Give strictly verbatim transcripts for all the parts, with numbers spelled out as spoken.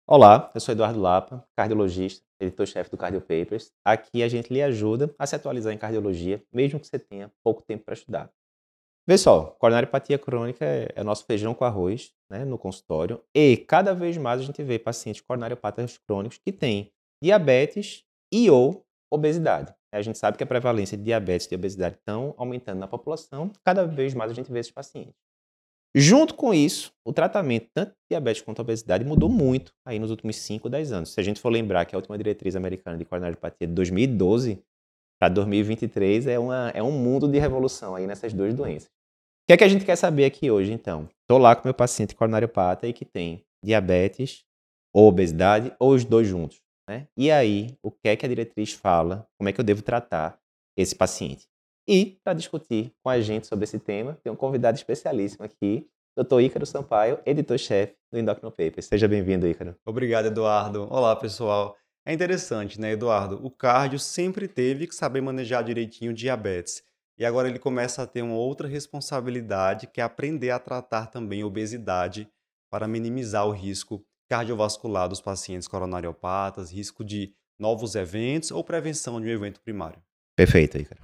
Olá, eu sou Eduardo Lapa, cardiologista, editor-chefe do Cardio Papers. Aqui a gente lhe ajuda a se atualizar em cardiologia, mesmo que você tenha pouco tempo para estudar. Vê só, coronariopatia crônica é, é nosso feijão com arroz, né, no consultório, e cada vez mais a gente vê pacientes coronariopatas crônicos que têm diabetes e ou obesidade. A gente sabe que a prevalência de diabetes e obesidade estão aumentando na população, cada vez mais a gente vê esses pacientes. Junto com isso, o tratamento tanto de diabetes quanto a obesidade mudou muito aí nos últimos cinco, dez anos. Se a gente for lembrar que a última diretriz americana de coronariopatia é de dois mil e doze para dois mil e vinte e três é, uma, é um mundo de revolução aí nessas duas doenças. O que é que a gente quer saber aqui hoje, então? Estou lá com meu paciente coronariopata e que tem diabetes ou obesidade ou os dois juntos, né? E aí, o que é que a diretriz fala? Como é que eu devo tratar esse paciente? E, para discutir com a gente sobre esse tema, tem um convidado especialíssimo aqui, doutor Ícaro Sampaio, editor-chefe do Endocrino Papers. Seja bem-vindo, Ícaro. Obrigado, Eduardo. Olá, pessoal. É interessante, né, Eduardo? O cardio sempre teve que saber manejar direitinho o diabetes. E agora ele começa a ter uma outra responsabilidade, que é aprender a tratar também a obesidade para minimizar o risco cardiovascular dos pacientes coronariopatas, risco de novos eventos ou prevenção de um evento primário. Perfeito, Ícaro.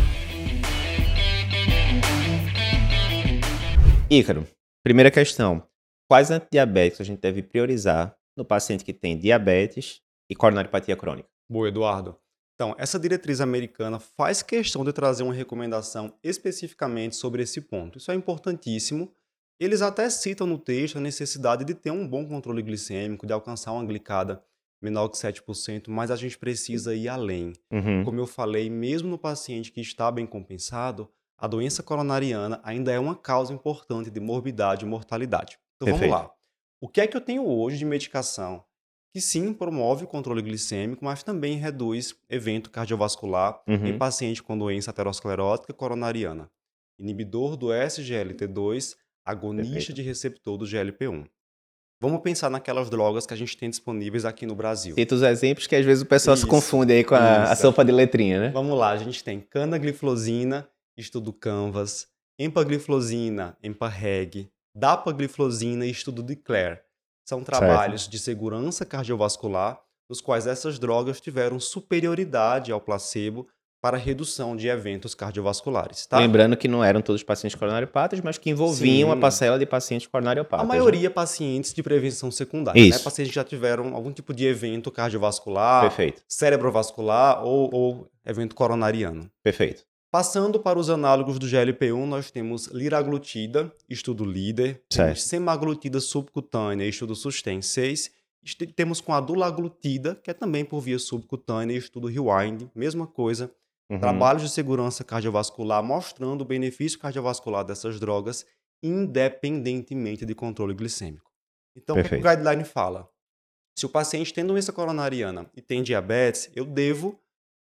Ícaro, primeira questão. Quais antidiabéticos a gente deve priorizar no paciente que tem diabetes e coronariopatia crônica? Boa, Eduardo. Então, essa diretriz americana faz questão de trazer uma recomendação especificamente sobre esse ponto. Isso é importantíssimo. Eles até citam no texto a necessidade de ter um bom controle glicêmico, de alcançar uma glicada menor que sete por cento, mas a gente precisa ir além. Uhum. Como eu falei, mesmo no paciente que está bem compensado, a doença coronariana ainda é uma causa importante de morbidade e mortalidade. Então vamos Perfeito. lá. O que é que eu tenho hoje de medicação que sim promove o controle glicêmico, mas também reduz evento cardiovascular em Uhum. paciente com doença aterosclerótica coronariana? Inibidor do S G L T dois, agonista Perfeito. de receptor do G L P um. Vamos pensar naquelas drogas que a gente tem disponíveis aqui no Brasil. Cita os exemplos que às vezes o pessoal se Isso, confunde aí com a, a isso. sopa de letrinha, né? Vamos lá, a gente tem canagliflozina, estudo Canvas, empagliflozina, EMPA-REG, dapagliflozina e estudo DECLARE. São Certo. trabalhos de segurança cardiovascular, nos quais essas drogas tiveram superioridade ao placebo para redução de eventos cardiovasculares, tá? Lembrando que não eram todos pacientes coronariopatas, mas que envolviam a Sim, parcela de pacientes a coronariopatas, né? maioria pacientes de prevenção secundária, né? Isso. Pacientes que já tiveram algum tipo de evento cardiovascular, Perfeito. cerebrovascular ou, ou evento coronariano. Perfeito. Passando para os análogos do G L P um, nós temos liraglutida, estudo líder, temos Certo. semaglutida subcutânea, estudo Sustain seis, e temos com a dulaglutida, que é também por via subcutânea, estudo Rewind, mesma coisa, Uhum. trabalhos de segurança cardiovascular mostrando o benefício cardiovascular dessas drogas, independentemente de controle glicêmico. Então, o que é que o Perfeito. guideline fala? Se o paciente tem doença coronariana e tem diabetes, eu devo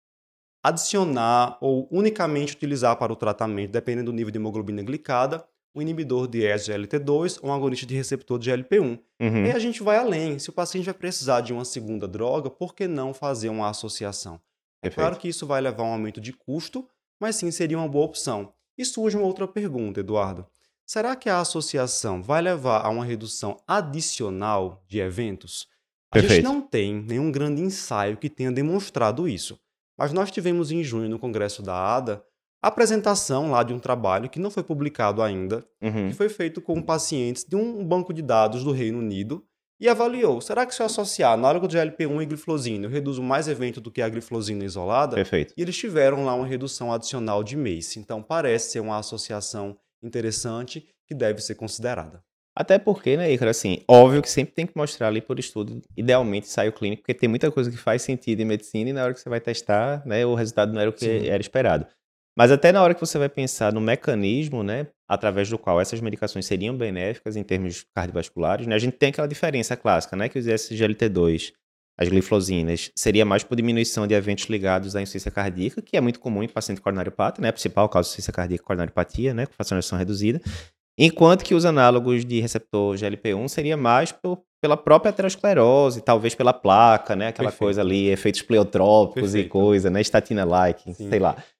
adicionar ou unicamente utilizar para o tratamento, dependendo do nível de hemoglobina glicada, o inibidor de S G L T dois ou um agonista de receptor de G L P um. E aí Uhum. a gente vai além. Se o paciente vai precisar de uma segunda droga, por que não fazer uma associação? É claro Perfeito. que isso vai levar a um aumento de custo, mas sim seria uma boa opção. E surge uma outra pergunta, Eduardo. Será que a associação vai levar a uma redução adicional de eventos? A gente Perfeito. não tem nenhum grande ensaio que tenha demonstrado isso. Mas nós tivemos em junho, no congresso da A D A, a apresentação lá de um trabalho que não foi publicado ainda, que Uhum. foi feito com pacientes de um banco de dados do Reino Unido e avaliou, será que se eu associar análogo de G L P um e gliflozina, eu reduzo mais evento do que a gliflozina isolada? Perfeito. E eles tiveram lá uma redução adicional de MACE. Então parece ser uma associação interessante que deve ser considerada. Até porque, né, Ícaro, assim, óbvio que sempre tem que mostrar ali por estudo, idealmente, ensaio clínico, porque tem muita coisa que faz sentido em medicina e na hora que você vai testar, né, o resultado não era o que Sim. era esperado. Mas até na hora que você vai pensar no mecanismo, né, através do qual essas medicações seriam benéficas em termos cardiovasculares, né, a gente tem aquela diferença clássica, né, que os S G L T dois, as gliflosinas, seria mais por diminuição de eventos ligados à insuficiência cardíaca, que é muito comum em paciente coronariopata, né, a principal causa de insuficiência cardíaca é coronariopatia, né, com fracionação reduzida. Enquanto que os análogos de receptor G L P um seria mais por, pela própria aterosclerose, talvez pela placa, né? Aquela coisa Perfeito. ali, efeitos pleiotrópicos e Perfeito. coisa, né? Estatina-like, sei Sim. lá.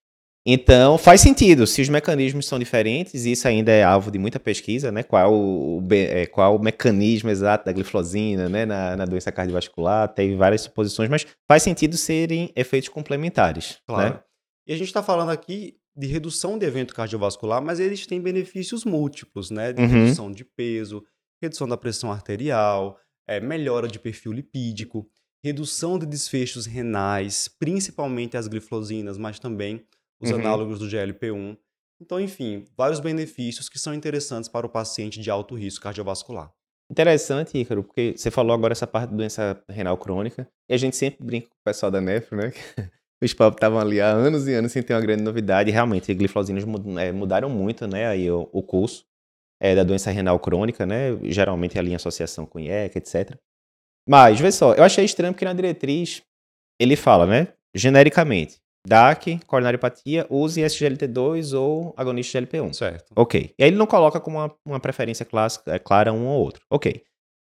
Então, faz sentido. Se os mecanismos são diferentes, e isso ainda é alvo de muita pesquisa, né? Qual o, be- é, qual o mecanismo exato da gliflozina, né? Na, na doença cardiovascular, teve várias suposições, mas faz sentido serem efeitos complementares, né? Claro. E a gente está falando aqui de redução de evento cardiovascular, mas eles têm benefícios múltiplos, né? De Uhum, redução de peso, redução da pressão arterial, eh, melhora de perfil lipídico, redução de desfechos renais, principalmente as glifosinas, mas também os uhum. análogos do G L P um. Então, enfim, vários benefícios que são interessantes para o paciente de alto risco cardiovascular. Interessante, Ícaro, porque você falou agora essa parte de doença renal crônica, e a gente sempre brinca com o pessoal da nefro, né? Os papos estavam ali há anos e anos sem ter uma grande novidade, e realmente, glifosinas mud- eh, mudaram muito, né? Aí o, o curso eh, da doença renal crônica, né? Geralmente ali em associação com I E C A, etcétera. Mas, vê só, eu achei estranho porque na diretriz ele fala, né? Genericamente, D A C, coronariopatia, use S G L T dois ou agonista de G L P um. Certo. Ok. E aí ele não coloca como uma, uma preferência clássica, é clara um ou outro. Ok.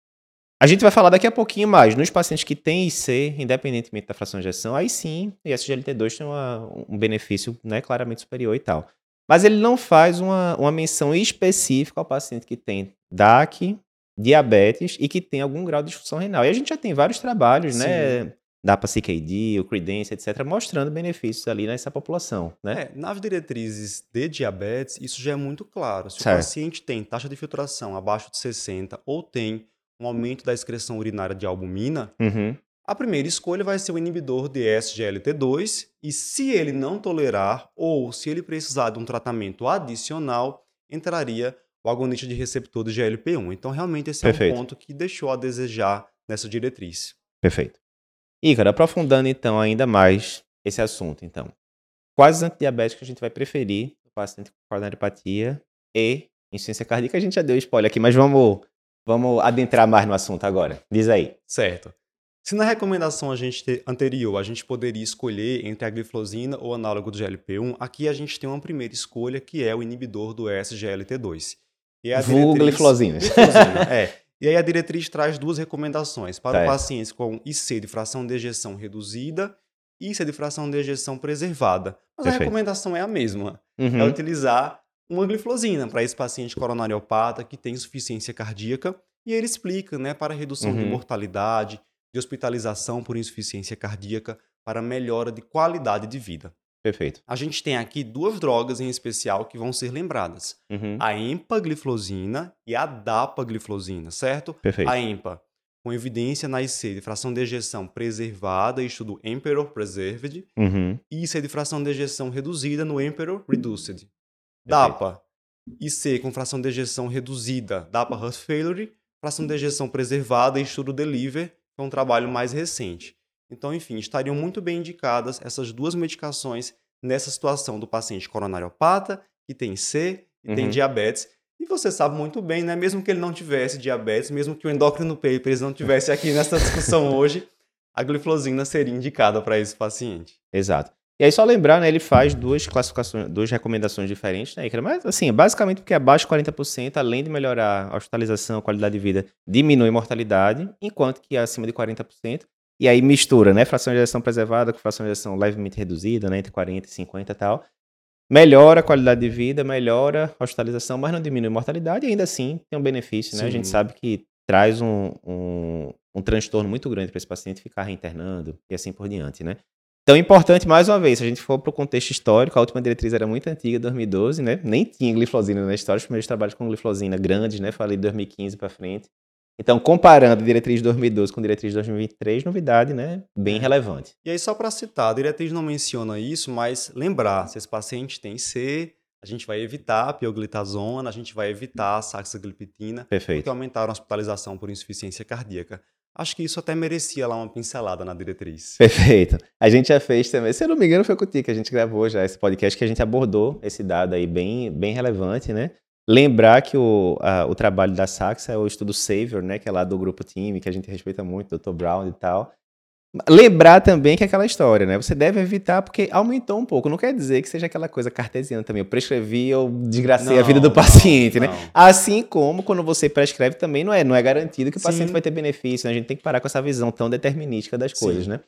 A gente vai falar daqui a pouquinho mais. Nos pacientes que têm I C, independentemente da fração de ejeção, aí sim, o S G L T dois tem uma- um benefício, né, claramente superior e tal. Mas ele não faz uma, uma menção específica ao paciente que tem D A C, diabetes e que tem algum grau de disfunção renal. E a gente já tem vários trabalhos, Sim. né, da P A C K D, o Credence, etcétera, mostrando benefícios ali nessa população, né? É, nas diretrizes de diabetes, isso já é muito claro. Se o Certo. paciente tem taxa de filtração abaixo de sessenta ou tem um aumento da excreção urinária de albumina, Uhum. a primeira escolha vai ser o inibidor de S G L T dois e se ele não tolerar ou se ele precisar de um tratamento adicional, entraria o agonista de receptor do G L P um. Então, realmente, esse é um Perfeito. ponto que deixou a desejar nessa diretriz. Perfeito. Ícaro, aprofundando então ainda mais esse assunto, então. Quais os antidiabéticos a gente vai preferir no paciente com coronariopatia e insuficiência cardíaca? A gente já deu spoiler aqui, mas vamos, vamos adentrar mais no assunto agora. Diz aí. Certo. Se na recomendação a gente te- anterior a gente poderia escolher entre a gliflozina ou análogo do G L P um, aqui a gente tem uma primeira escolha que é o inibidor do S G L T dois. E a Vulgo diretriz gliflosinas. gliflozina, é. E aí a diretriz traz duas recomendações para o Certo. paciente com I C de fração de ejeção reduzida e I C de fração de ejeção preservada. Mas a Perfeito. recomendação é a mesma. É Uhum. utilizar uma gliflozina para esse paciente coronariopata que tem insuficiência cardíaca. E ele explica, né, para redução de Uhum. mortalidade, de hospitalização por insuficiência cardíaca para melhora de qualidade de vida. Perfeito. A gente tem aqui duas drogas em especial que vão ser lembradas: Uhum. a empagliflozina e a dapagliflozina, certo? Perfeito. A EMPA, com evidência na I C de fração de ejeção preservada, estudo Emperor Preserved, Uhum. e I C de fração de ejeção reduzida no Emperor Reduced. Perfeito. DAPA, I C com fração de ejeção reduzida, DAPA Heart Failure, fração de ejeção preservada e estudo Deliver, que é um trabalho mais recente. Então, enfim, estariam muito bem indicadas essas duas medicações nessa situação do paciente coronariopata, que tem C e tem Uhum. diabetes. E você sabe muito bem, né? Mesmo que ele não tivesse diabetes, mesmo que o endócrino papers não tivesse aqui nessa discussão hoje, a gliflozina seria indicada para esse paciente. Exato. E aí, só lembrar, né, ele faz duas classificações, duas recomendações diferentes, né, Icaro? Mas, assim, basicamente porque abaixo de quarenta por cento, além de melhorar a hospitalização, a qualidade de vida, diminui a mortalidade, enquanto que acima de quarenta por cento, e aí mistura, né, fração de ejeção preservada com fração de ejeção levemente reduzida, né, entre quarenta e cinquenta e tal, melhora a qualidade de vida, melhora a hospitalização, mas não diminui a mortalidade, e ainda assim tem um benefício, né? A gente Sim. sabe que traz um, um, um transtorno muito grande para esse paciente ficar reinternando e assim por diante, né? Então, importante, mais uma vez, se a gente for para o contexto histórico, a última diretriz era muito antiga, dois mil e doze, né? Nem tinha gliflozina na história, os primeiros trabalhos com gliflozina grandes, né? Falei de dois mil e quinze para frente. Então, comparando a diretriz de dois mil e doze com a diretriz de dois mil e vinte e três, novidade, né? Bem É. relevante. E aí, só para citar, a diretriz não menciona isso, mas lembrar, se esse paciente tem C, a gente vai evitar a pioglitazona, a gente vai evitar a saxagliptina, porque Perfeito. aumentaram a hospitalização por insuficiência cardíaca. Acho que isso até merecia lá uma pincelada na diretriz. Perfeito. A gente já fez também, se eu não me engano, foi contigo que a gente gravou já esse podcast, que a gente abordou esse dado aí bem, bem relevante, né? Lembrar que o, a- o trabalho da Saxa é o estudo Savior, né? Que é lá do grupo Time, que a gente respeita muito, doutor Brown e tal. Lembrar também que é aquela história, né? Você deve evitar porque aumentou um pouco. Não quer dizer que seja aquela coisa cartesiana também. Eu prescrevi, eu desgracei a vida do Não, não, paciente, né? não. Assim como quando você prescreve também não é, não é garantido que o paciente Sim. vai ter benefício, né? A gente tem que parar com essa visão tão determinística das coisas, Sim. né?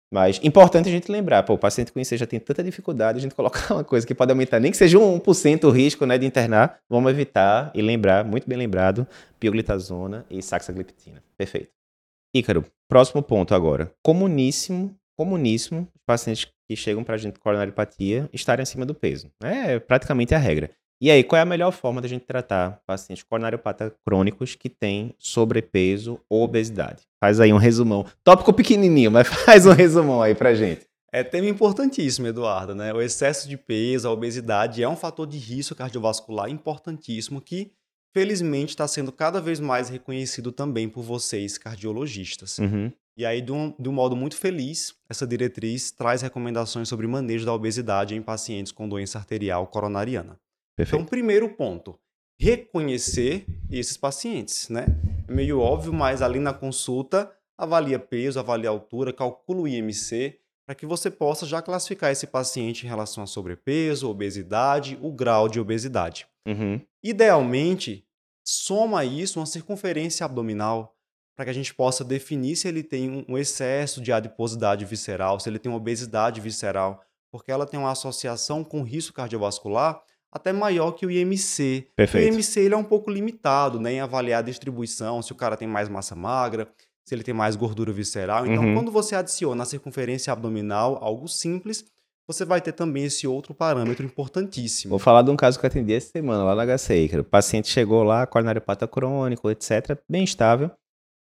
Mas importante a gente lembrar, pô, o paciente com isso já tem tanta dificuldade, a gente colocar uma coisa que pode aumentar, nem que seja um por cento o risco, né, de internar, vamos evitar e lembrar, muito bem lembrado, pioglitazona e saxagliptina. Perfeito. Ícaro, próximo ponto agora. Comuníssimo, comuníssimo, os pacientes que chegam pra gente com coronariopatia estarem acima do peso. É praticamente a regra. E aí, qual é a melhor forma da gente tratar pacientes coronariopatas crônicos que têm sobrepeso ou obesidade? Faz aí um resumão. Tópico pequenininho, mas faz um resumão aí pra gente. É tema importantíssimo, Eduardo, né? O excesso de peso, a obesidade é um fator de risco cardiovascular importantíssimo que, felizmente, está sendo cada vez mais reconhecido também por vocês, cardiologistas. Uhum, E aí, de um, de um modo muito feliz, essa diretriz traz recomendações sobre manejo da obesidade em pacientes com doença arterial coronariana. Então, perfeito. primeiro ponto, reconhecer esses pacientes, né? É meio óbvio, mas ali na consulta, avalia peso, avalia altura, calcula o I M C, para que você possa já classificar esse paciente em relação a sobrepeso, obesidade, o grau de obesidade. Uhum, Idealmente, soma isso uma circunferência abdominal, para que a gente possa definir se ele tem um- um excesso de adiposidade visceral, se ele tem uma obesidade visceral, porque ela tem uma associação com risco cardiovascular até maior que o I M C. O perfeito. I M C ele é um pouco limitado, né, em avaliar a distribuição, se o cara tem mais massa magra, se ele tem mais gordura visceral. Então, Uhum. quando você adiciona a circunferência abdominal, algo simples, você vai ter também esse outro parâmetro importantíssimo. Vou falar de um caso que eu atendi essa semana lá na H C I, cara. O paciente chegou lá, coronariopata crônico, etcétera, bem estável.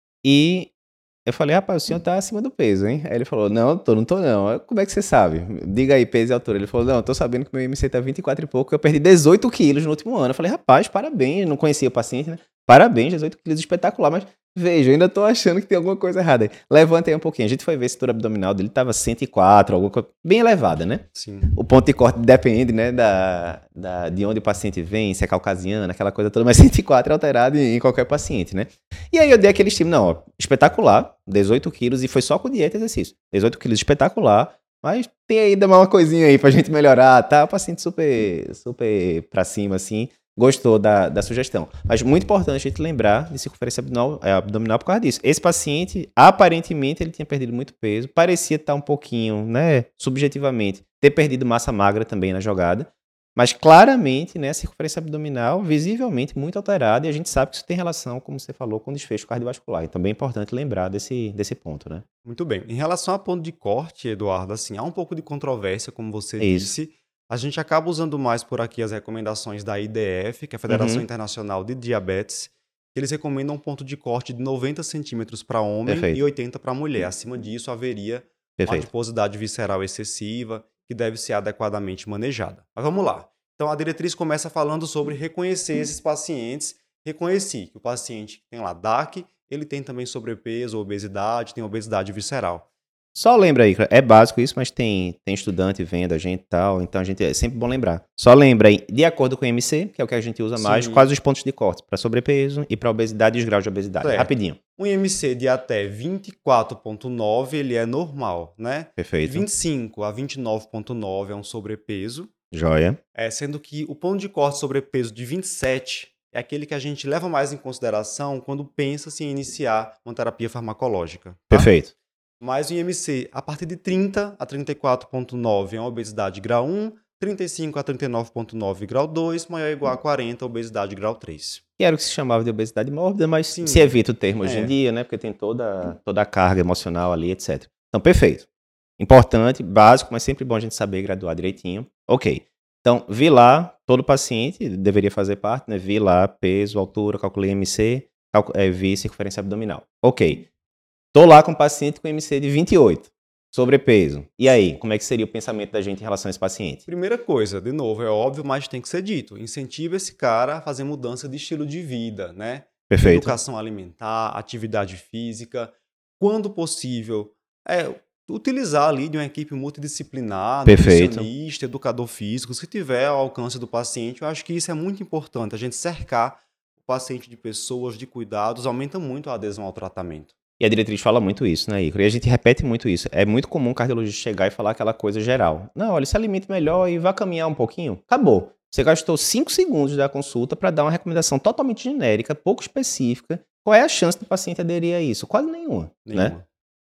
E eu falei, rapaz, o senhor tá acima do peso, hein? Aí ele falou, não, tô, não tô não. Eu, como é que você sabe? Diga aí, peso e altura. Ele falou, não, eu tô sabendo que meu I M C tá vinte e quatro e pouco, eu perdi dezoito quilos no último ano. Eu falei, rapaz, parabéns, não conhecia o paciente, né? Parabéns, dezoito quilos, espetacular, mas veja, eu ainda tô achando que tem alguma coisa errada aí. Levanta aí um pouquinho. A gente foi ver a cintura abdominal dele, tava cento e quatro, alguma coisa bem elevada, né? Sim. O ponto de corte depende, né, da, da, de onde o paciente vem, se é caucasiano, aquela coisa toda, mas cento e quatro é alterado em, em qualquer paciente, né? E aí eu dei aquele estímulo, não, ó, espetacular, dezoito quilos, e foi só com dieta e exercício. dezoito quilos espetacular, mas tem ainda uma coisinha aí pra gente melhorar, tá? O paciente super, super pra cima, assim, gostou da, da sugestão. Mas muito importante a gente lembrar de circunferência abdominal, é, abdominal por causa disso. Esse paciente, aparentemente, ele tinha perdido muito peso, parecia estar um pouquinho, né, subjetivamente, ter perdido massa magra também na jogada, mas claramente, né, a circunferência abdominal visivelmente muito alterada, e a gente sabe que isso tem relação, como você falou, com desfecho cardiovascular. Então, bem importante lembrar desse, desse ponto, né? Muito bem. Em relação a ponto de corte, Eduardo, assim, há um pouco de controvérsia, como você É isso. disse. A gente acaba usando mais por aqui as recomendações da I D F, que é a Federação Uhum, Internacional de Diabetes. Eles recomendam um ponto de corte de noventa centímetros para homem e perfeito, oitenta para mulher. Acima disso, haveria uma perfeito. adiposidade visceral excessiva que deve ser adequadamente manejada. Mas vamos lá. Então, a diretriz começa falando sobre reconhecer esses pacientes. Reconheci que o paciente tem lá D A C, ele tem também sobrepeso, obesidade, tem obesidade visceral. Só lembra aí, é básico isso, mas tem, tem estudante vendo a gente e tal, então a gente é sempre bom lembrar. Só lembra aí, de acordo com o I M C, que é o que a gente usa mais, Sim. quais os pontos de corte para sobrepeso e para obesidade e os graus de obesidade. Certo. Rapidinho. Um I M C de até vinte e quatro vírgula nove, ele é normal, né? Perfeito. vinte e cinco a vinte e nove vírgula nove é um sobrepeso, Joia. é, sendo que o ponto de corte sobrepeso de vinte e sete é aquele que a gente leva mais em consideração quando pensa-se em iniciar uma terapia farmacológica. Tá? Perfeito. Mas o I M C, a partir de trinta a trinta e quatro vírgula nove é uma obesidade grau um, trinta e cinco a trinta e nove vírgula nove grau dois, maior ou igual a quarenta, obesidade grau três. Que era o que se chamava de obesidade mórbida, mas Sim. se evita o termo hoje É. em dia, né? Porque tem toda, toda a carga emocional ali, etcétera. Então, perfeito. Importante, básico, mas sempre bom a gente saber graduar direitinho. Ok. Então, vi lá, todo paciente deveria fazer parte, né? Vi lá peso, altura, calculei I M C, calcu- é, vi circunferência abdominal. Ok. Tô lá com um paciente com I M C de vinte e oito, sobrepeso. E aí, como é que seria o pensamento da gente em relação a esse paciente? Primeira coisa, de novo, é óbvio, mas tem que ser dito. Incentiva esse cara a fazer mudança de estilo de vida, né? Perfeito. Educação alimentar, atividade física. Quando possível, é, utilizar ali de uma equipe multidisciplinar, Perfeito. nutricionista, educador físico, se tiver ao alcance do paciente. Eu acho que isso é muito importante. A gente cercar o paciente de pessoas, de cuidados, aumenta muito a adesão ao tratamento. E a diretriz fala muito isso, né, Ícaro? E a gente repete muito isso. É muito comum o cardiologista chegar e falar aquela coisa geral. Não, olha, se alimente melhor e vá caminhar um pouquinho. Acabou. Você gastou cinco segundos da consulta para dar uma recomendação totalmente genérica, pouco específica. Qual é a chance do paciente aderir a isso? Quase nenhuma, Nenhuma. né?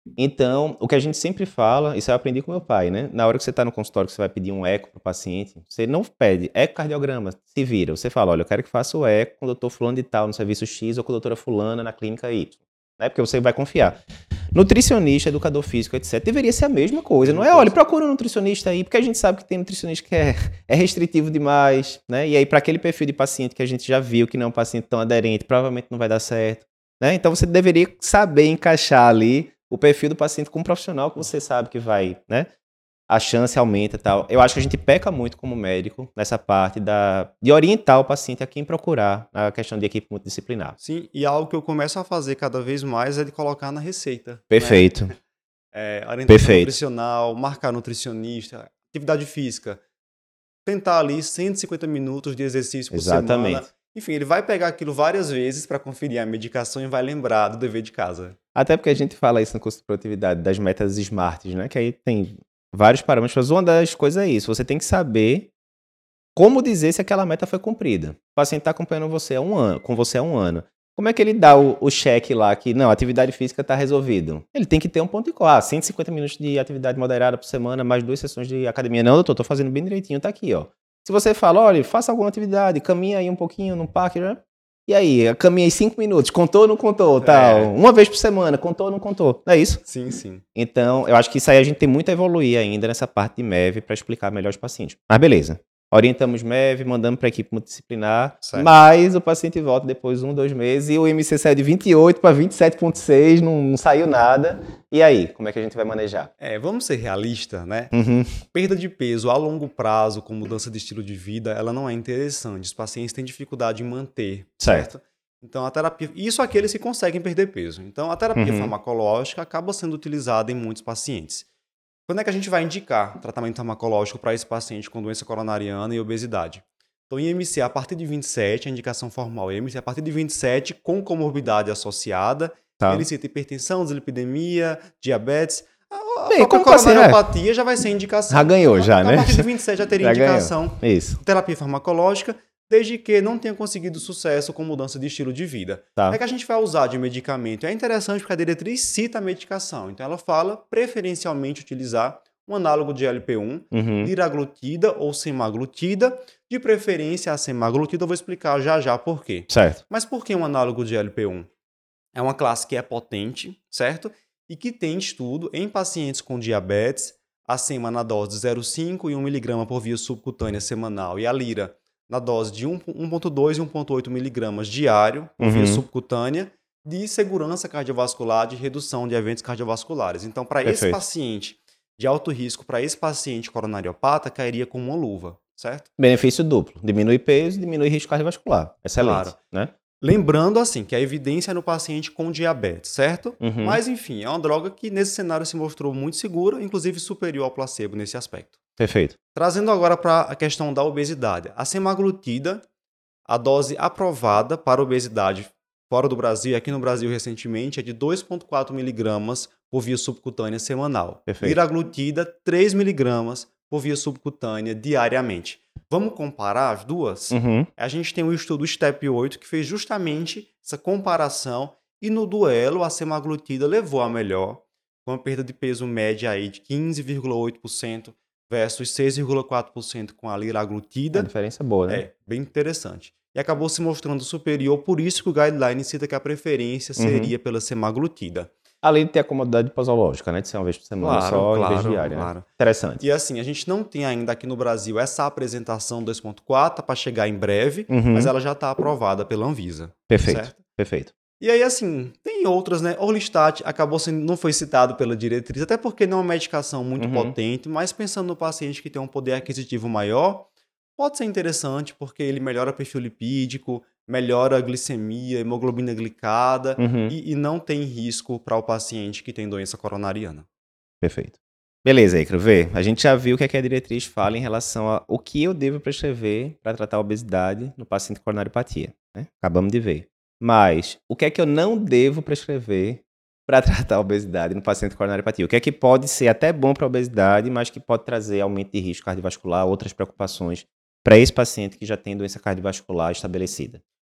Então, o que a gente sempre fala, isso eu aprendi com meu pai, né? Na hora que você está no consultório, que você vai pedir um eco para o paciente, você não pede ecocardiograma, se vira. Você fala, olha, eu quero que faça o eco com o doutor fulano de tal no serviço X ou com a doutora fulana na clínica Y. Né? Porque você vai confiar. Nutricionista, educador físico, etcétera, deveria ser a mesma coisa. Não é, olha, procura um nutricionista aí, porque a gente sabe que tem nutricionista que é, é restritivo demais, né? E aí, para aquele perfil de paciente que a gente já viu que não é um paciente tão aderente, provavelmente não vai dar certo. Né? Então, você deveria saber encaixar ali o perfil do paciente com um profissional que você sabe que vai, né? A chance aumenta e tal. Eu acho que a gente peca muito como médico nessa parte da, de orientar o paciente a quem procurar na questão de equipe multidisciplinar. Sim, e algo que eu começo a fazer cada vez mais é de colocar na receita. Perfeito. Né? É, orientação Perfeito. nutricional, marcar nutricionista, atividade física. Tentar ali cento e cinquenta minutos de exercício por Exatamente. semana. Enfim, ele vai pegar aquilo várias vezes para conferir a medicação e vai lembrar do dever de casa. Até porque a gente fala isso no curso de produtividade, das metas SMART, né? Que aí tem vários parâmetros, mas uma das coisas é isso. Você tem que saber como dizer se aquela meta foi cumprida. O paciente está acompanhando você há um ano, com você há um ano. Como é que ele dá o, o cheque lá que, não, a atividade física está resolvido? Ele tem que ter um ponto de ah, cento e cinquenta minutos de atividade moderada por semana, mais duas sessões de academia. Não, doutor, estou fazendo bem direitinho, tá aqui, ó. Se você fala, olha, faça alguma atividade, caminha aí um pouquinho no parque, né? E aí, caminhei cinco minutos, contou ou não contou, tal? É. Uma vez por semana, contou ou não contou? Não é isso? Sim, sim. Então, eu acho que isso aí a gente tem muito a evoluir ainda nessa parte de M E V para explicar melhor aos pacientes. Mas beleza. Orientamos M E V, mandamos para a equipe multidisciplinar, certo. Mas o paciente volta depois de um, dois meses e o M C saiu de vinte e oito para vinte e sete vírgula seis, não, não saiu nada. E aí, como é que a gente vai manejar? É, vamos ser realistas, né? Uhum. Perda de peso a longo prazo com mudança de estilo de vida, ela não é interessante. Os pacientes têm dificuldade em manter, certo? certo? Então, a terapia... Isso aqueles que conseguem perder peso. Então, a terapia uhum. farmacológica acaba sendo utilizada em muitos pacientes. Quando é que a gente vai indicar tratamento farmacológico para esse paciente com doença coronariana e obesidade? Então, em M C, a partir de vinte e sete, a indicação formal é M C a partir de vinte e sete, com comorbidade associada, tá. Ele cita hipertensão, dislipidemia, diabetes. A Bem, própria coronariopatia é. já vai ser indicação. Já ganhou, já, então, né? A partir de vinte e sete já teria já indicação. Ganhou. Isso. Terapia farmacológica, desde que não tenha conseguido sucesso com mudança de estilo de vida. Tá. É que a gente vai usar de medicamento. É interessante porque a diretriz cita a medicação. Então, ela fala preferencialmente utilizar um análogo de L P um, uhum. liraglutida ou semaglutida. De preferência, a semaglutida eu vou explicar já já por quê. Certo. Mas por que um análogo de L P um? É uma classe que é potente, certo? E que tem estudo em pacientes com diabetes, a sema na dose de zero vírgula cinco e um miligrama por via subcutânea semanal e a lira na dose de um vírgula dois e um vírgula oito miligramas diário, por uhum. via subcutânea, de segurança cardiovascular, de redução de eventos cardiovasculares. Então, para esse paciente de alto risco, para esse paciente coronariopata, cairia com uma luva, certo? Benefício duplo. Diminui peso, diminui risco cardiovascular. Excelente, claro. Né? Lembrando, assim, que a evidência é no paciente com diabetes, certo? Uhum. Mas, enfim, é uma droga que nesse cenário se mostrou muito segura, inclusive superior ao placebo nesse aspecto. Perfeito. Trazendo agora para a questão da obesidade. A semaglutida, a dose aprovada para obesidade fora do Brasil e aqui no Brasil recentemente é de dois vírgula quatro miligramas por via subcutânea semanal. Perfeito. Liraglutida, três miligramas por via subcutânea diariamente. Vamos comparar as duas? Uhum. A gente tem o estudo STEP oito que fez justamente essa comparação e no duelo a semaglutida levou a melhor, com uma perda de peso média aí de quinze vírgula oito por cento versus seis vírgula quatro por cento com a liraglutida. É diferença boa, né? É, bem interessante. E acabou se mostrando superior, por isso que o guideline cita que a preferência seria uhum. pela semaglutida. Além de ter a comodidade posológica, né? De ser uma vez por semana claro, só, claro, em vez de diária. Claro. Né? Interessante. E assim, a gente não tem ainda aqui no Brasil essa apresentação dois ponto quatro para chegar em breve, uhum. mas ela já está aprovada pela Anvisa. Perfeito, certo? perfeito. E aí, assim, tem outras, né? Orlistat acabou sendo, não foi citado pela diretriz, até porque não é uma medicação muito uhum. potente, mas pensando no paciente que tem um poder aquisitivo maior, pode ser interessante porque ele melhora o perfil lipídico, melhora a glicemia, hemoglobina glicada uhum. e, e não tem risco para o paciente que tem doença coronariana. Perfeito. Beleza, Icaro, vê, a gente já viu o que, é que a diretriz fala em relação a o que eu devo prescrever para tratar a obesidade no paciente com coronariopatia. Né? Acabamos de ver. Mas o que é que eu não devo prescrever para tratar a obesidade no paciente com coronariopatia? O que é que pode ser até bom para a obesidade, mas que pode trazer aumento de risco cardiovascular, outras preocupações para esse paciente que já tem doença cardiovascular estabelecida?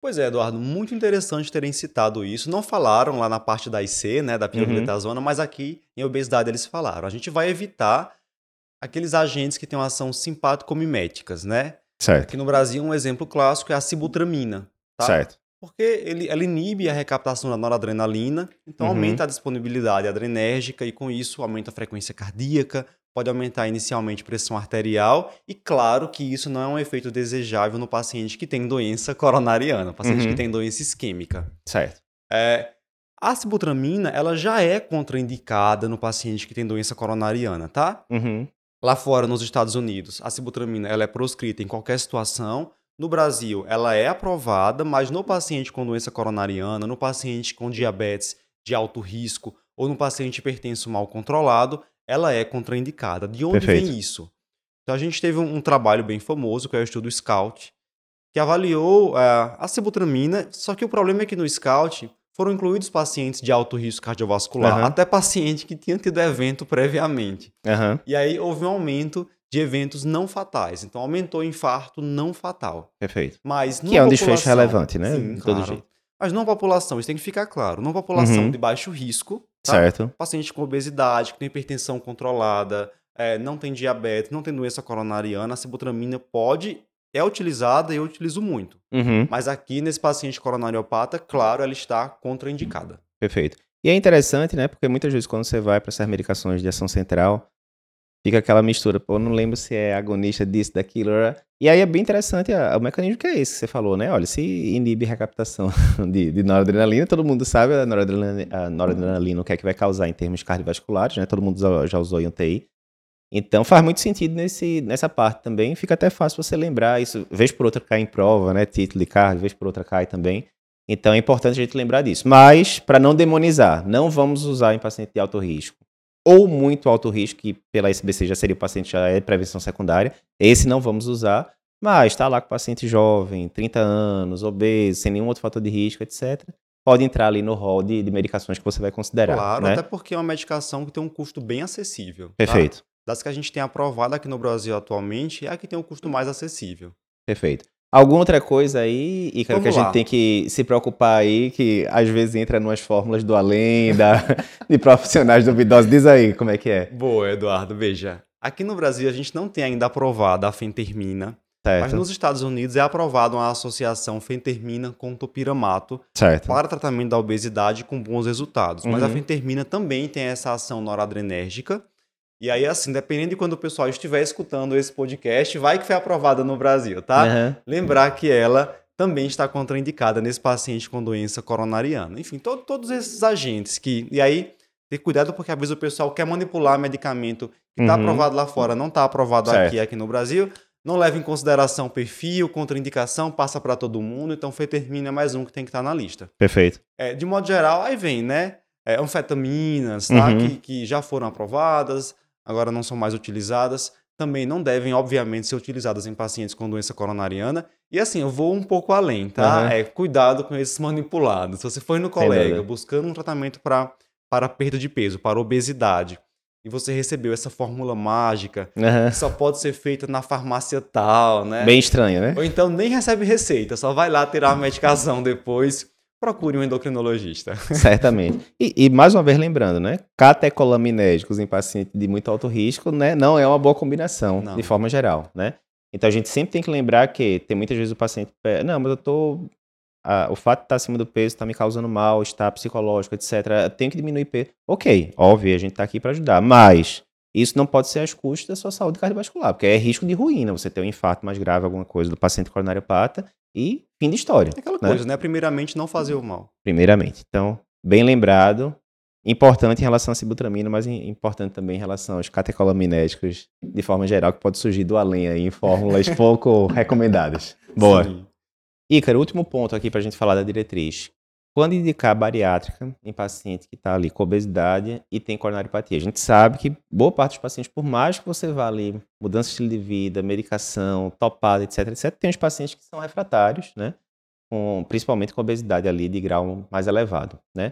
Pois é, Eduardo, muito interessante terem citado isso. Não falaram lá na parte da I C, né, da Uhum. pioglitazona, mas aqui em obesidade eles falaram. A gente vai evitar aqueles agentes que têm uma ação simpático-miméticas, né? Certo, Aqui no Brasil, um exemplo clássico é a sibutramina, tá? certo. Porque ele, ela inibe a recaptação da noradrenalina, então Uhum. aumenta a disponibilidade adrenérgica e com isso aumenta a frequência cardíaca, pode aumentar inicialmente a pressão arterial e claro que isso não é um efeito desejável no paciente que tem doença coronariana, paciente Uhum. que tem doença isquêmica. Certo. É, a sibutramina, ela já é contraindicada no paciente que tem doença coronariana, tá? Uhum. Lá fora, nos Estados Unidos, a sibutramina ela é proscrita em qualquer situação. No Brasil, ela é aprovada, mas no paciente com doença coronariana, no paciente com diabetes de alto risco ou no paciente hipertenso mal controlado, ela é contraindicada. De onde Perfeito. vem isso? Então, a gente teve um, um trabalho bem famoso, que é o estudo SCOUT, que avaliou uh, a sibutramina, só que o problema é que no SCOUT foram incluídos pacientes de alto risco cardiovascular, Uhum. até paciente que tinha tido evento previamente. Uhum. E aí houve um aumento de eventos não fatais. Então aumentou o infarto não fatal. Perfeito. Mas numa Que é um população... desfecho relevante, né? Sim, De todo claro. jeito. Mas numa população, isso tem que ficar claro, numa população Uhum. de baixo risco, tá? Certo. Paciente com obesidade, que tem hipertensão controlada, é, não tem diabetes, não tem doença coronariana, a sibutramina pode, é utilizada e eu utilizo muito. Uhum. Mas aqui nesse paciente coronariopata, claro, ela está contraindicada. Perfeito. E é interessante, né? Porque muitas vezes quando você vai para essas medicações de ação central, fica aquela mistura. Pô, não lembro se é agonista disso, daquilo. E aí é bem interessante a, o mecanismo que é esse que você falou, né? Olha, se inibe recaptação de, de noradrenalina, todo mundo sabe a noradrenalina, a noradrenalina o que é que vai causar em termos cardiovasculares, né? Todo mundo já usou em U T I. Então faz muito sentido nesse, nessa parte também. Fica até fácil você lembrar isso. Vez por outra cai em prova, né? Título de cardio, vez por outra cai também. Então é importante a gente lembrar disso. Mas, para não demonizar, não vamos usar em paciente de alto risco. Ou muito alto risco, que pela S B C já seria o paciente já é prevenção secundária. Esse não vamos usar. Mas está lá com o paciente jovem, trinta anos, obeso, sem nenhum outro fator de risco, etcétera. Pode entrar ali no rol de, de medicações que você vai considerar. Claro, né? até porque é uma medicação que tem um custo bem acessível. Tá? Perfeito. Das que a gente tem aprovado aqui no Brasil atualmente, é a que tem um custo mais acessível. Perfeito. Alguma outra coisa aí, Ícaro, que a Vamos gente lá. tem que se preocupar aí, que às vezes entra numas fórmulas do além, da, de profissionais duvidosos. Diz aí como é que é. Boa, Eduardo. Veja, aqui no Brasil a gente não tem ainda aprovada a fentermina, mas Certo. nos Estados Unidos é aprovada uma associação fentermina com topiramato Certo. para tratamento da obesidade com bons resultados. Mas a Uhum. fentermina também tem essa ação noradrenérgica. E aí, assim, dependendo de quando o pessoal estiver escutando esse podcast, vai que foi aprovada no Brasil, tá? Uhum. Lembrar que ela também está contraindicada nesse paciente com doença coronariana. Enfim, to- todos esses agentes que... E aí, ter cuidado porque às vezes o pessoal quer manipular medicamento que está Uhum. aprovado lá fora, não está aprovado Certo. aqui, aqui no Brasil. Não leva em consideração perfil, contraindicação, passa para todo mundo. Então, fentermina é mais um que tem que estar na lista. Perfeito. É, de modo geral, aí vem, né? É, anfetaminas, tá? Uhum. Que, que já foram aprovadas, agora não são mais utilizadas. Também não devem, obviamente, ser utilizadas em pacientes com doença coronariana. E assim, eu vou um pouco além, tá? Uhum. É, cuidado com esses manipulados. Se você foi no Sem colega dúvida. buscando um tratamento pra, para perda de peso, para obesidade, e você recebeu essa fórmula mágica, Uhum. que só pode ser feita na farmácia tal, né? Bem estranho, né? Ou então nem recebe receita, só vai lá tirar a medicação depois. Procure um endocrinologista. Certamente. E, e mais uma vez lembrando, né? Catecolaminérgicos em paciente de muito alto risco, né? Não é uma boa combinação, Não. de forma geral, né? Então a gente sempre tem que lembrar que tem muitas vezes o paciente, não, mas eu tô, ah, o fato de estar acima do peso está me causando mal, está psicológico, etcétera. Eu tenho que diminuir peso. Ok, óbvio, a gente está aqui para ajudar, mas isso não pode ser às custas da sua saúde cardiovascular, porque é risco de ruína, você ter um infarto mais grave, alguma coisa do paciente coronariopata e fim de história. É aquela né? coisa, né? Primeiramente, não fazer o mal. Primeiramente. Então, bem lembrado, importante em relação à sibutramina, mas importante também em relação aos catecolaminérgicos de forma geral, que pode surgir do além aí em fórmulas pouco recomendadas. Boa. Sim. Ícaro, último ponto aqui para a gente falar da diretriz. Quando indicar bariátrica em paciente que está ali com obesidade e tem coronariopatia, a gente sabe que boa parte dos pacientes, por mais que você vá ali, mudança de estilo de vida, medicação, topada, etc, etcétera, tem os pacientes que são refratários, né? Com, principalmente com obesidade ali de grau mais elevado, né?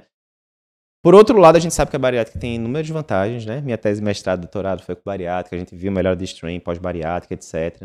Por outro lado, a gente sabe que a bariátrica tem inúmeras vantagens, né? Minha tese de mestrado, doutorado foi com bariátrica, a gente viu melhora de strain pós-bariátrica, etcétera.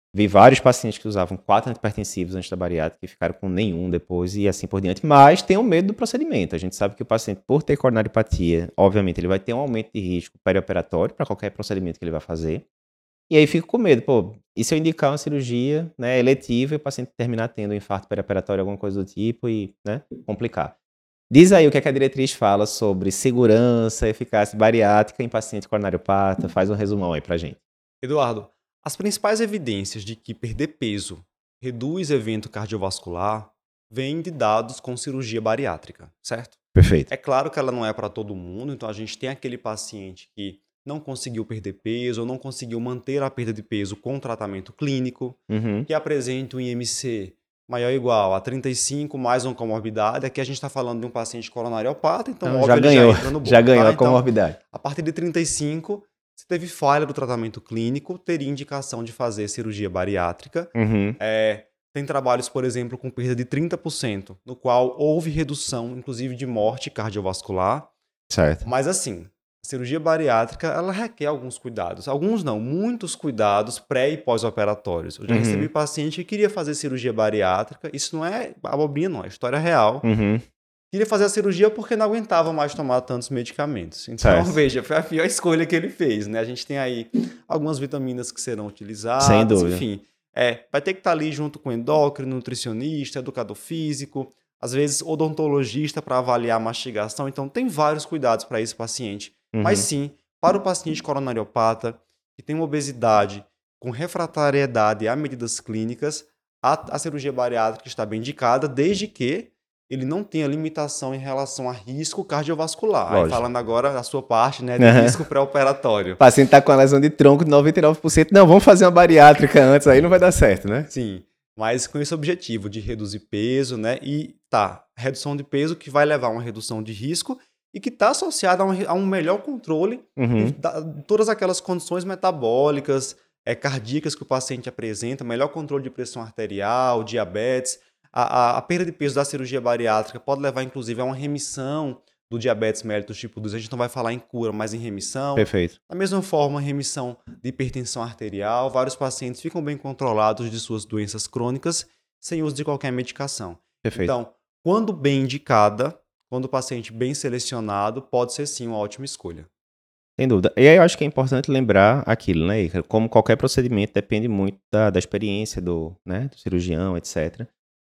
Vi vários pacientes que usavam quatro antipertensivos antes da bariátrica e ficaram com nenhum depois e assim por diante, mas tem o medo do procedimento. A gente sabe que o paciente, por ter coronariopatia, obviamente ele vai ter um aumento de risco perioperatório para qualquer procedimento que ele vai fazer. E aí fica com medo, pô, e se eu indicar uma cirurgia, né, eletiva e o paciente terminar tendo um infarto perioperatório, alguma coisa do tipo e, né, complicar. Diz aí o que, é que a diretriz fala sobre segurança, eficácia bariátrica em paciente coronariopata. Faz um resumão aí pra gente. Eduardo, as principais evidências de que perder peso reduz evento cardiovascular vêm de dados com cirurgia bariátrica, certo? Perfeito. É claro que ela não é para todo mundo, então a gente tem aquele paciente que não conseguiu perder peso ou não conseguiu manter a perda de peso com tratamento clínico, Uhum. que apresenta um I M C maior ou igual a trinta e cinco mais uma comorbidade. Aqui a gente está falando de um paciente coronariopata, então, Então, óbvio, já ele ganhou, já entra no bolo. já ganhou tá? a Então, comorbidade. a partir de trinta e cinco, se teve falha do tratamento clínico, teria indicação de fazer cirurgia bariátrica. Uhum. É, tem trabalhos, por exemplo, com perda de trinta por cento, no qual houve redução, inclusive, de morte cardiovascular. Certo. Mas assim, a cirurgia bariátrica, ela requer alguns cuidados. Alguns não, muitos cuidados pré e pós-operatórios. Eu já Uhum. recebi paciente que queria fazer cirurgia bariátrica. Isso não é abobrinha, não. É história real. Uhum. Queria fazer a cirurgia porque não aguentava mais tomar tantos medicamentos. Então, Certo. veja, foi a pior escolha que ele fez, né? A gente tem aí algumas vitaminas que serão utilizadas. Sem dúvida. Enfim, é, vai ter que estar ali junto com endócrino, nutricionista, educador físico, às vezes odontologista para avaliar a mastigação. Então, tem vários cuidados para esse paciente. Uhum. Mas sim, para o paciente coronariopata, que tem uma obesidade com refratariedade a medidas clínicas, a, a cirurgia bariátrica está bem indicada, desde que ele não tenha limitação em relação a risco cardiovascular. Aí, falando agora da sua parte, né, de Uhum. risco pré-operatório. O paciente está com a lesão de tronco de noventa e nove por cento. Não, vamos fazer uma bariátrica antes, aí não vai dar certo, né? Sim, mas com esse objetivo de reduzir peso, né? E tá, redução de peso que vai levar a uma redução de risco e que está associada a um, a um melhor controle Uhum. de, da, todas aquelas condições metabólicas, é, cardíacas que o paciente apresenta, melhor controle de pressão arterial, diabetes. A, a, a perda de peso da cirurgia bariátrica pode levar, inclusive, a uma remissão do diabetes mellitus tipo dois. A gente não vai falar em cura, mas em remissão. Perfeito. Da mesma forma, remissão de hipertensão arterial. Vários pacientes ficam bem controlados de suas doenças crônicas sem uso de qualquer medicação. Perfeito. Então, quando bem indicada, quando o paciente bem selecionado, pode ser sim uma ótima escolha. Sem dúvida. E aí eu acho que é importante lembrar aquilo, né, Ícaro? Como qualquer procedimento, depende muito da, da experiência do, né, do cirurgião, etcétera.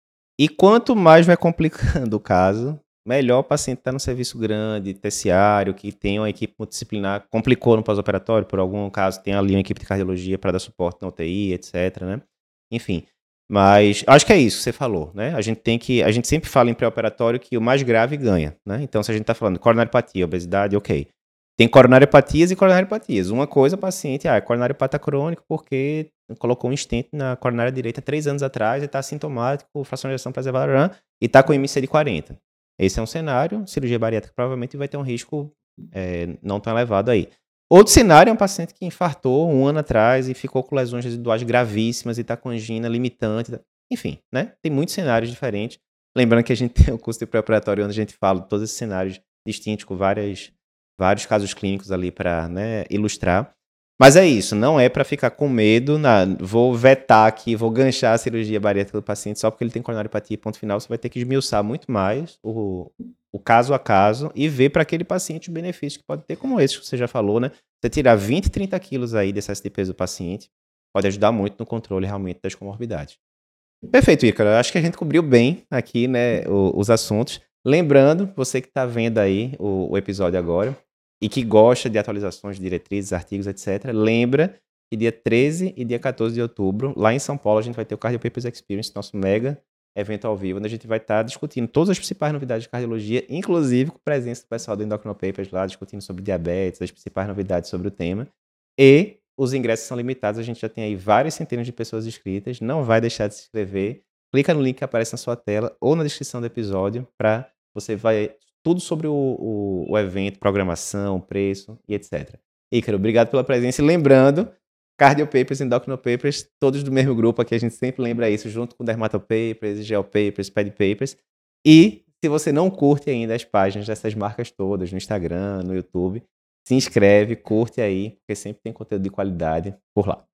E quanto mais vai complicando o caso, melhor o paciente estar tá no serviço grande, terciário, que tem uma equipe multidisciplinar, complicou no pós-operatório, por algum caso, tem ali uma equipe de cardiologia para dar suporte na U T I, etcétera, né? Enfim, mas acho que é isso que você falou, né? A gente tem que, a gente sempre fala em pré-operatório que o mais grave ganha, né? Então, se a gente está falando de coronariopatia, obesidade, ok. Tem coronariopatias e coronariopatias. Uma coisa, o paciente, ah, é coronariopata crônico porque colocou um stent na coronária direita três anos atrás e está assintomático, fração de ejeção preservada e está com I M C de quarenta. Esse é um cenário, cirurgia bariátrica provavelmente vai ter um risco é, não tão elevado aí. Outro cenário é um paciente que infartou um ano atrás e ficou com lesões residuais gravíssimas e está com angina limitante. Enfim, né? Tem muitos cenários diferentes. Lembrando que a gente tem o curso de pré-operatório onde a gente fala de todos esses cenários distintos com várias... vários casos clínicos ali para, né, ilustrar. Mas é isso, não é para ficar com medo, na, vou vetar aqui, vou ganchar a cirurgia bariátrica do paciente só porque ele tem coronariopatia, ponto final. Você vai ter que esmiuçar muito mais o, o caso a caso e ver para aquele paciente os benefícios que pode ter, como esse que você já falou, né? Você tirar vinte, trinta quilos aí de excesso de peso do paciente pode ajudar muito no controle realmente das comorbidades. Perfeito, Ícaro. Eu acho que a gente cobriu bem aqui, né, o, os assuntos. Lembrando, você que está vendo aí o, o episódio agora e que gosta de atualizações, diretrizes, artigos, etcétera, lembra que dia treze e dia quatorze de outubro, lá em São Paulo, a gente vai ter o Cardio Papers Experience, nosso mega evento ao vivo, onde a gente vai estar discutindo todas as principais novidades de cardiologia, inclusive com presença do pessoal do Endocrino Papers lá, discutindo sobre diabetes, as principais novidades sobre o tema. E os ingressos são limitados, a gente já tem aí várias centenas de pessoas inscritas, não vai deixar de se inscrever. Clica no link que aparece na sua tela ou na descrição do episódio para você ver tudo sobre o, o, o evento, programação, preço e etcétera. Ícaro, obrigado pela presença. E lembrando, Cardio Papers e Endocrino Papers, todos do mesmo grupo aqui, a gente sempre lembra isso, junto com Dermato Papers, Gel Papers, Ped Papers. E se você não curte ainda as páginas dessas marcas todas, no Instagram, no YouTube, se inscreve, curte aí, porque sempre tem conteúdo de qualidade por lá.